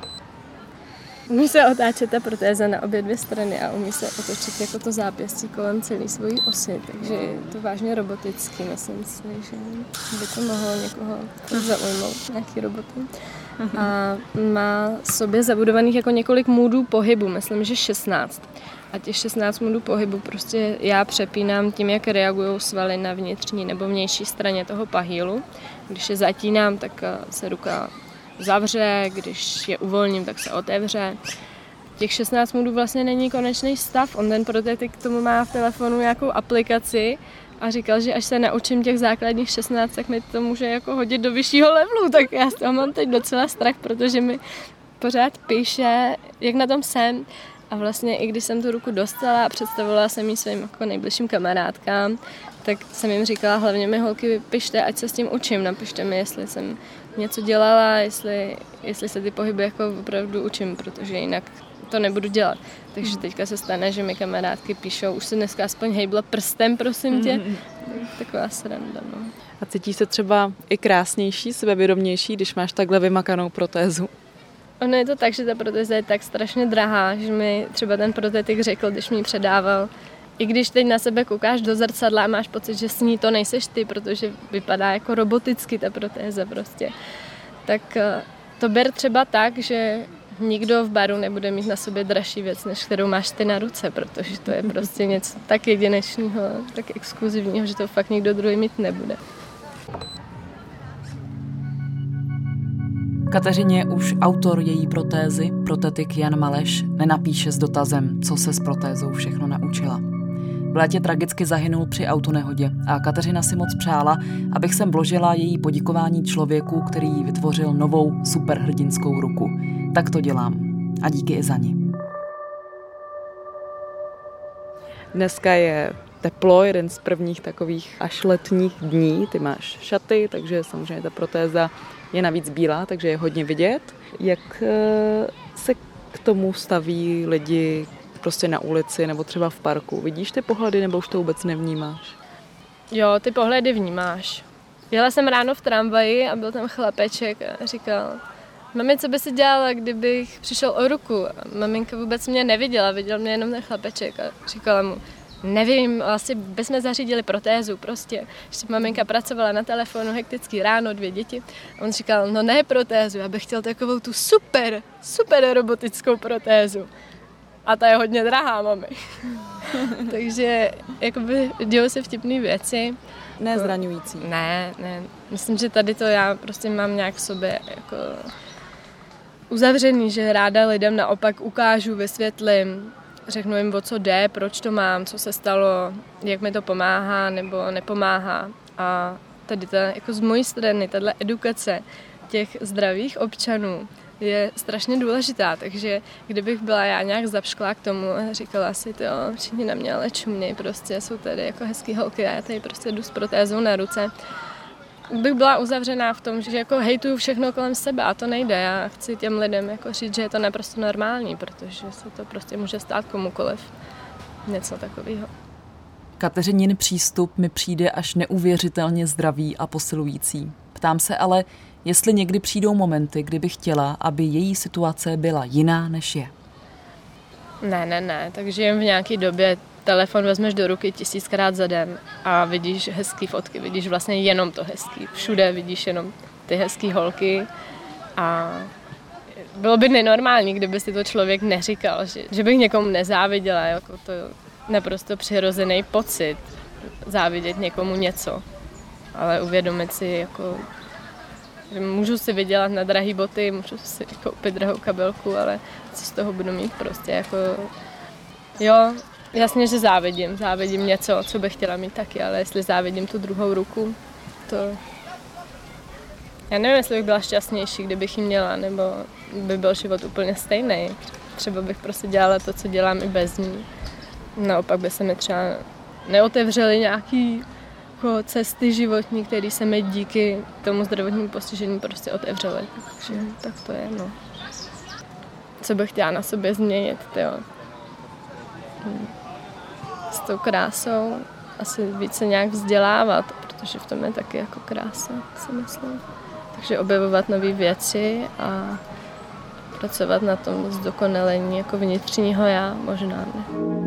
Umí se otáčet ta protéza na obě dvě strany a umí se otočit jako to zápěstí kolem celé svojí osy, takže je to vážně roboticky, myslím si, že by to mohlo někoho zaujmout, nějaký roboty. A má v sobě zabudovaných jako několik můdů pohybu, myslím, že šestnáct. A těch šestnáct můdů pohybu prostě já přepínám tím, jak reagují svaly na vnitřní nebo vnější straně toho pahýlu. Když je zatínám, tak se ruka zavře, když je uvolním, tak se otevře. těch šestnáct modů vlastně není konečný stav. On ten protetik k tomu má v telefonu nějakou aplikaci a říkal, že až se naučím těch základních šestnáct, tak mi to může jako hodit do vyššího levelu. Tak já z toho mám teď docela strach, protože mi pořád píše, jak na tom jsem. A vlastně i když jsem tu ruku dostala a představovala jsem ji svým jako nejbližším kamarádkám, tak jsem jim říkala, hlavně mi holky pište, ať se s tím učím, napište mi, jestli jsem něco dělala, jestli, jestli se ty pohyby jako opravdu učím, protože jinak to nebudu dělat. Takže teďka se stane, že mi kamarádky píšou, už se dneska aspoň hejbla prstem, prosím tě. Mm-hmm. Taková sranda, no. A cítíš se třeba i krásnější, sebevědomější, když máš takhle vymakanou protézu? Ono je to tak, že ta protéza je tak strašně drahá, že mi třeba ten protetik řekl, když mi ji předával, i když teď na sebe koukáš do zrcadla a máš pocit, že s ní to nejseš ty, protože vypadá jako roboticky ta protéza prostě, tak to ber třeba tak, že nikdo v baru nebude mít na sobě dražší věc, než kterou máš ty na ruce, protože to je prostě něco tak jedinečného, tak exkluzivního, že to fakt nikdo druhý mít nebude. Kateřině už autor její protézy, protetik Jan Maleš, nenapíše s dotazem, co se s protézou všechno naučila. V létě tragicky zahynul při autonehodě a Kateřina si moc přála, abych sem vložila její poděkování člověku, který jí vytvořil novou superhrdinskou ruku. Tak to dělám. A díky i za ní. Dneska je teplo, jeden z prvních takových až letních dní. Ty máš šaty, takže samozřejmě ta protéza je navíc bílá, takže je hodně vidět. Jak se k tomu staví lidi prostě na ulici nebo třeba v parku? Vidíš ty pohledy nebo už to vůbec nevnímáš? Jo, ty pohledy vnímáš. Jela jsem ráno v tramvaji a byl tam chlapeček a říkal, mami, co by si dělala, kdybych přišel o ruku? A maminka vůbec mě neviděla, viděl mě jenom ten chlapeček a říkala mu, nevím, asi bychom zařídili protézu prostě. Ještě maminka pracovala na telefonu, hektický ráno, dvě děti. A on říkal, no ne protézu, já bych chtěl takovou tu super, super robotickou protézu. A ta je hodně drahá, mami. Takže jakoby dějou se vtipný věci. Nezraňující. Ne, ne. Myslím, že tady to já prostě mám nějak v sobě jako uzavřený, že ráda lidem naopak ukážu, vysvětlím, řeknu jim, o co jde, proč to mám, co se stalo, jak mi to pomáhá nebo nepomáhá. A tady ta, jako z mojí strany, tato edukace těch zdravých občanů je strašně důležitá, takže kdybych byla já nějak zapšklá k tomu a říkala si, to všichni na mě ale čumní, prostě jsou tady jako hezký holky a já tady prostě jdu s protézou na ruce, bych byla uzavřená v tom, že jako hejtuju všechno kolem sebe a to nejde. Já chci těm lidem jako říct, že je to naprosto normální, protože se to prostě může stát komukoliv. Něco takového. Kateřinin přístup mi přijde až neuvěřitelně zdravý a posilující. Ptám se ale, jestli někdy přijdou momenty, kdy bych chtěla, aby její situace byla jiná, než je. Ne, ne, ne. Takže jen v nějaké době telefon vezmeš do ruky tisíckrát za den a vidíš hezký fotky, vidíš vlastně jenom to hezký. Všude vidíš jenom ty hezký holky a bylo by nenormální, kdyby si to člověk neříkal, že, že bych někomu nezáviděla, jako to naprosto přirozený pocit závidět někomu něco, ale uvědomit si, jako, že můžu si vydělat na drahý boty, můžu si koupit drahou kabelku, ale co z toho budu mít prostě, jako, jo, jasně, že závidím, závidím něco, co bych chtěla mít taky, ale jestli závidím tu druhou ruku, to, já nevím, jestli bych byla šťastnější, kdybych ji měla, nebo by byl život úplně stejný. Třeba bych prostě dělala to, co dělám i bez ní. Naopak by se mi třeba neotevřely nějaký jako cesty životní, které se mi díky tomu zdravotnímu postižení prostě otevřely. Takže tak to je, no. Co bych chtěla na sobě změnit, tyjo. S tou krásou asi více nějak vzdělávat, protože v tom je taky jako krása, si myslím. Takže objevovat nové věci a pracovat na tom zdokonalení jako vnitřního já, možná ne.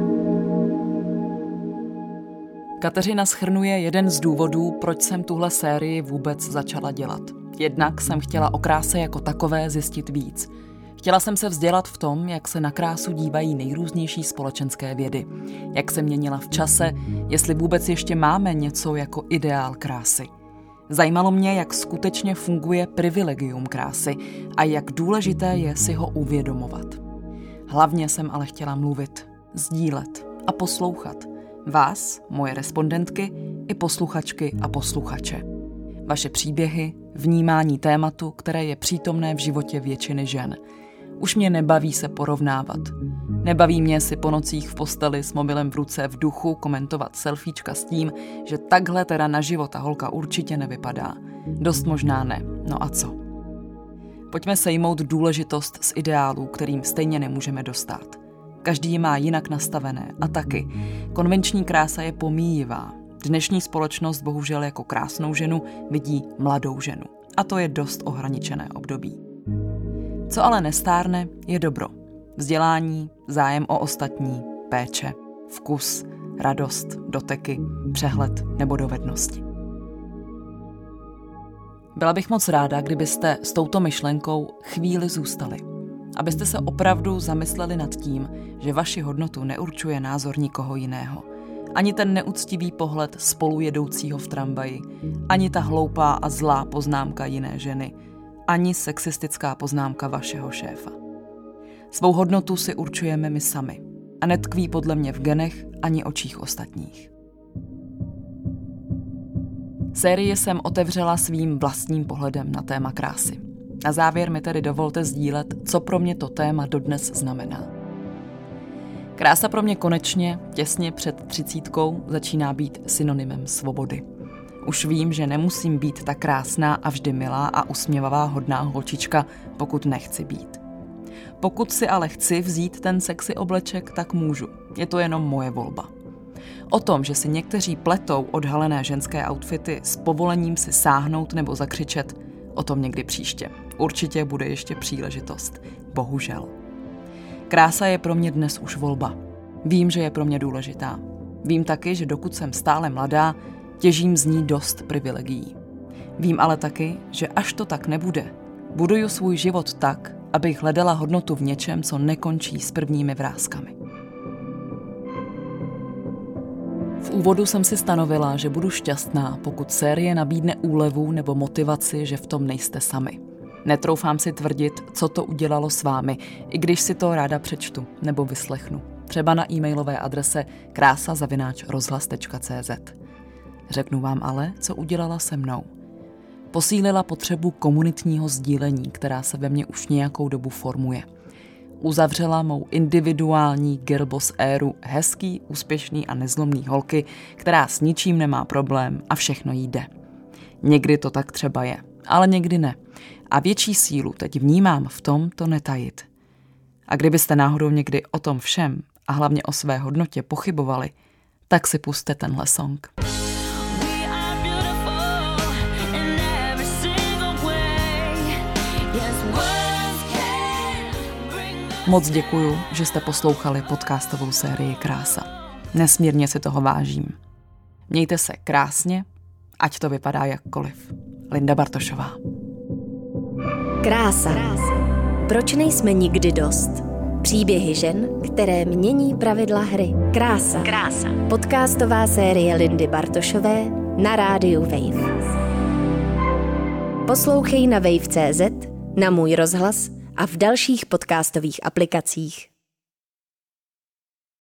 Kateřina shrnuje jeden z důvodů, proč jsem tuhle sérii vůbec začala dělat. Jednak jsem chtěla o kráse jako takové zjistit víc. Chtěla jsem se vzdělat v tom, jak se na krásu dívají nejrůznější společenské vědy. Jak se měnila v čase, jestli vůbec ještě máme něco jako ideál krásy. Zajímalo mě, jak skutečně funguje privilegium krásy a jak důležité je si ho uvědomovat. Hlavně jsem ale chtěla mluvit, sdílet a poslouchat. Vás, moje respondentky, i posluchačky a posluchače. Vaše příběhy, vnímání tématu, které je přítomné v životě většiny žen. Už mě nebaví se porovnávat. Nebaví mě si po nocích v posteli s mobilem v ruce v duchu komentovat selfiečka s tím, že takhle teda na život ta holka určitě nevypadá. Dost možná ne. No a co? Pojďme sejmout důležitost z ideálů, kterým stejně nemůžeme dostat. Každý je má jinak nastavené a taky. Konvenční krása je pomíjivá. Dnešní společnost bohužel jako krásnou ženu vidí mladou ženu. A to je dost ohraničené období. Co ale nestárne, je dobro. Vzdělání, zájem o ostatní, péče, vkus, radost, doteky, přehled nebo dovednosti. Byla bych moc ráda, kdybyste s touto myšlenkou chvíli zůstali. Abyste se opravdu zamysleli nad tím, že vaši hodnotu neurčuje názor nikoho jiného. Ani ten neúctivý pohled spolujedoucího v tramvaji, ani ta hloupá a zlá poznámka jiné ženy, ani sexistická poznámka vašeho šéfa. Svou hodnotu si určujeme my sami a netkví podle mě v genech ani očích ostatních. Sérii jsem otevřela svým vlastním pohledem na téma krásy. Na závěr mi tedy dovolte sdílet, co pro mě to téma dodnes znamená. Krása pro mě konečně, těsně před třicítkou, začíná být synonymem svobody. Už vím, že nemusím být tak krásná a vždy milá a usměvavá hodná holčička, pokud nechci být. Pokud si ale chci vzít ten sexy obleček, tak můžu. Je to jenom moje volba. O tom, že si někteří pletou odhalené ženské outfity s povolením si sáhnout nebo zakřičet, o tom někdy příště. Určitě bude ještě příležitost. Bohužel. Krása je pro mě dnes už volba. Vím, že je pro mě důležitá. Vím taky, že dokud jsem stále mladá, těžím z ní dost privilegií. Vím ale taky, že až to tak nebude, buduju svůj život tak, abych hledala hodnotu v něčem, co nekončí s prvními vráskami. V úvodu jsem si stanovila, že budu šťastná, pokud série nabídne úlevu nebo motivaci, že v tom nejste sami. Netroufám si tvrdit, co to udělalo s vámi, i když si to ráda přečtu nebo vyslechnu. Třeba na e-mailové adrese krása zavináč rozhlas tečka cé zet. Řeknu vám ale, co udělala se mnou. Posílila potřebu komunitního sdílení, která se ve mně už nějakou dobu formuje. Uzavřela mou individuální girlboss éru hezký, úspěšný a nezlomný holky, která s ničím nemá problém a všechno jí jde. Někdy to tak třeba je, ale někdy ne. A větší sílu teď vnímám v tom to netajit. A kdybyste náhodou někdy o tom všem a hlavně o své hodnotě pochybovali, tak si pusťte tenhle song. Moc děkuju, že jste poslouchali podcastovou sérii Krása. Nesmírně si toho vážím. Mějte se krásně, ať to vypadá jakkoliv. Linda Bartošová. Krása. Proč nejsme nikdy dost? Příběhy žen, které mění pravidla hry. Krása. Krása. Podcastová série Lindy Bartošové na rádiu Wave. Poslouchej na wave tečka cé zet, na Můj rozhlas a v dalších podcastových aplikacích.